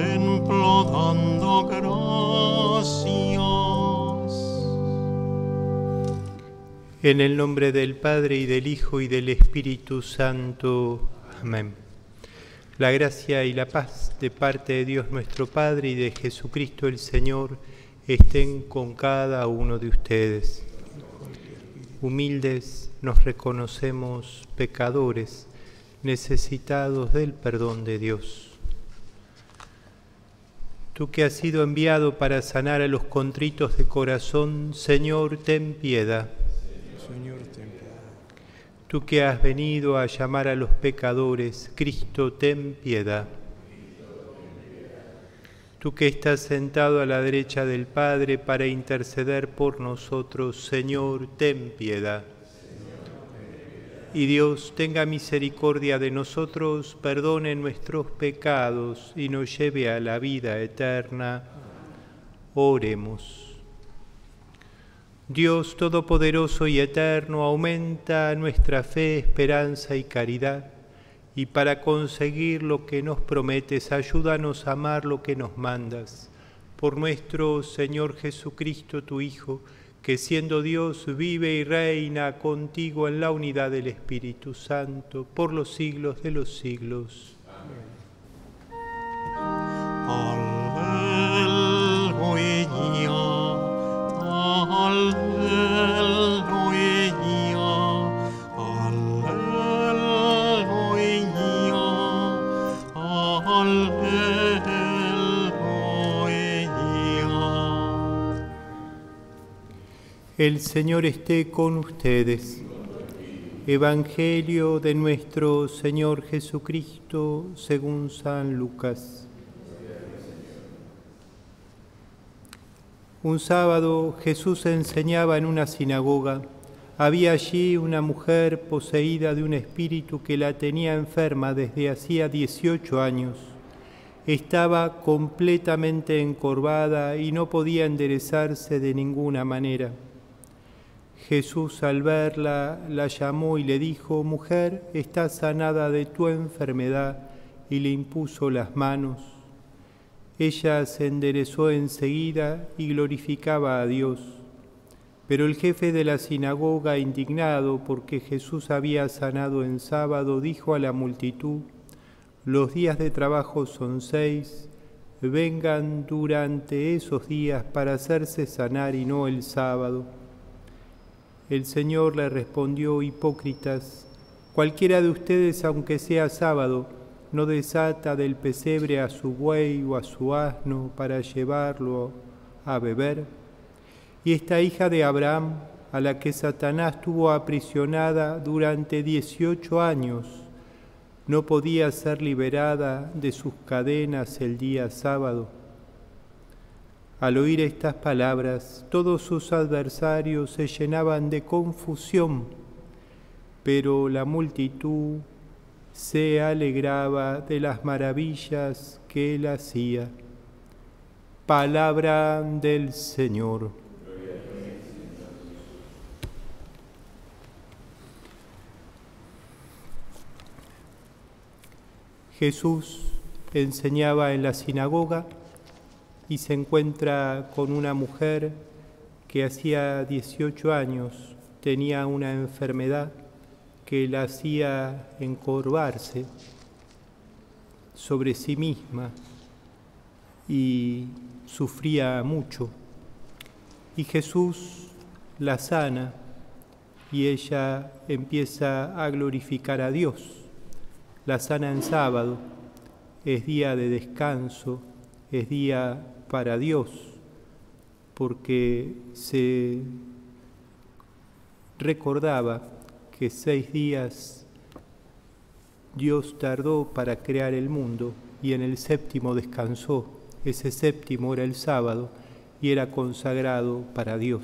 templo dando gracias. En el nombre del Padre, y del Hijo, y del Espíritu Santo. Amén. La gracia y la paz de parte de Dios nuestro Padre y de Jesucristo el Señor estén con cada uno de ustedes. Humildes nos reconocemos pecadores, necesitados del perdón de Dios. Tú que has sido enviado para sanar a los contritos de corazón, Señor, ten piedad. Señor, ten piedad. Tú que has venido a llamar a los pecadores, Cristo, ten piedad. Tú que estás sentado a la derecha del Padre para interceder por nosotros, Señor, ten piedad. Y Dios tenga misericordia de nosotros, perdone nuestros pecados y nos lleve a la vida eterna. Oremos. Dios Todopoderoso y Eterno, aumenta nuestra fe, esperanza y caridad, y para conseguir lo que nos prometes, ayúdanos a amar lo que nos mandas. Por nuestro Señor Jesucristo, tu Hijo, que siendo Dios vive y reina contigo en la unidad del Espíritu Santo, por los siglos de los siglos. Aleluya. El Señor esté con ustedes. Evangelio de nuestro Señor Jesucristo según San Lucas. Un sábado Jesús enseñaba en una sinagoga. Había allí una mujer poseída de un espíritu que la tenía enferma desde hacía 18 años. Estaba completamente encorvada y no podía enderezarse de ninguna manera. Jesús, al verla, la llamó y le dijo: «Mujer, estás sanada de tu enfermedad», y le impuso las manos. Ella se enderezó enseguida y glorificaba a Dios. Pero el jefe de la sinagoga, indignado porque Jesús había sanado en sábado, dijo a la multitud: «Los días de trabajo son 6, vengan durante esos días para hacerse sanar y no el sábado». El Señor le respondió: «Hipócritas, cualquiera de ustedes, aunque sea sábado, no desata del pesebre a su buey o a su asno para llevarlo a beber. Y esta hija de Abraham, a la que Satanás tuvo aprisionada durante 18 años, ¿no podía ser liberada de sus cadenas el día sábado?». Al oír estas palabras, todos sus adversarios se llenaban de confusión, pero la multitud se alegraba de las maravillas que él hacía. Palabra del Señor. Jesús enseñaba en la sinagoga y se encuentra con una mujer que hacía 18 años tenía una enfermedad que la hacía encorvarse sobre sí misma y sufría mucho. Y Jesús la sana y ella empieza a glorificar a Dios. La sana en sábado, es día de descanso, es día para Dios, porque se recordaba que 6 días Dios tardó para crear el mundo y en el 7º descansó. Ese 7º era el sábado y era consagrado para Dios.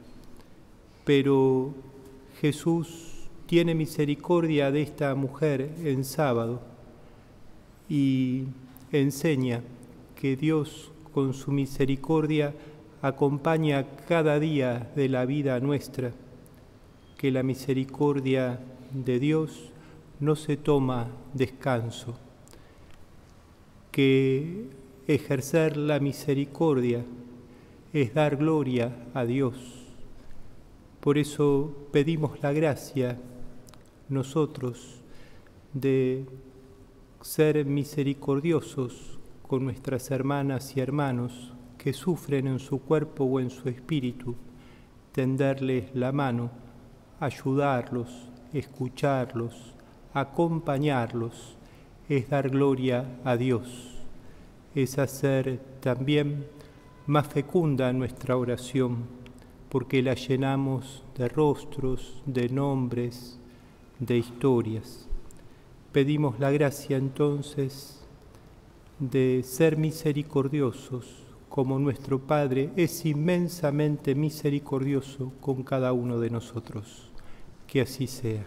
Pero Jesús tiene misericordia de esta mujer en sábado y enseña que Dios, con su misericordia, acompaña cada día de la vida nuestra, que la misericordia de Dios no se toma descanso, que ejercer la misericordia es dar gloria a Dios. Por eso pedimos la gracia nosotros de ser misericordiosos con nuestras hermanas y hermanos que sufren en su cuerpo o en su espíritu, tenderles la mano, ayudarlos, escucharlos, acompañarlos, es dar gloria a Dios, es hacer también más fecunda nuestra oración, porque la llenamos de rostros, de nombres, de historias. Pedimos la gracia entonces de ser misericordiosos, como nuestro Padre es inmensamente misericordioso con cada uno de nosotros. Que así sea.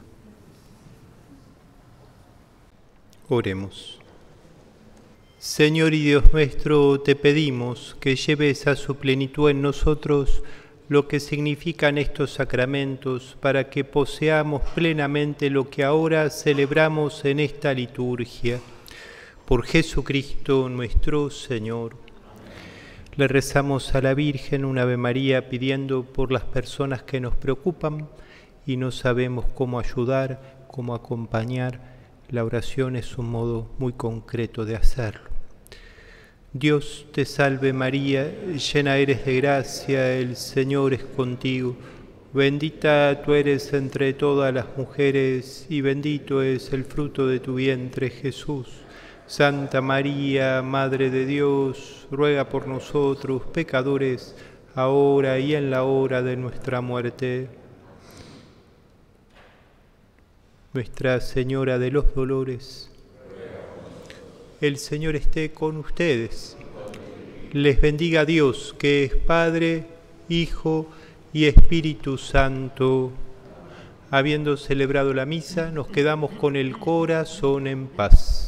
Oremos. Señor y Dios nuestro, te pedimos que lleves a su plenitud en nosotros lo que significan estos sacramentos, para que poseamos plenamente lo que ahora celebramos en esta liturgia. Por Jesucristo nuestro Señor. Le rezamos a la Virgen un Ave María pidiendo por las personas que nos preocupan y no sabemos cómo ayudar, cómo acompañar. La oración es un modo muy concreto de hacerlo. Dios te salve María, llena eres de gracia, el Señor es contigo. Bendita tú eres entre todas las mujeres y bendito es el fruto de tu vientre, Jesús. Santa María, Madre de Dios, ruega por nosotros, pecadores, ahora y en la hora de nuestra muerte. Nuestra Señora de los Dolores, el Señor esté con ustedes. Les bendiga Dios, que es Padre, Hijo y Espíritu Santo. Habiendo celebrado la misa, nos quedamos con el corazón en paz.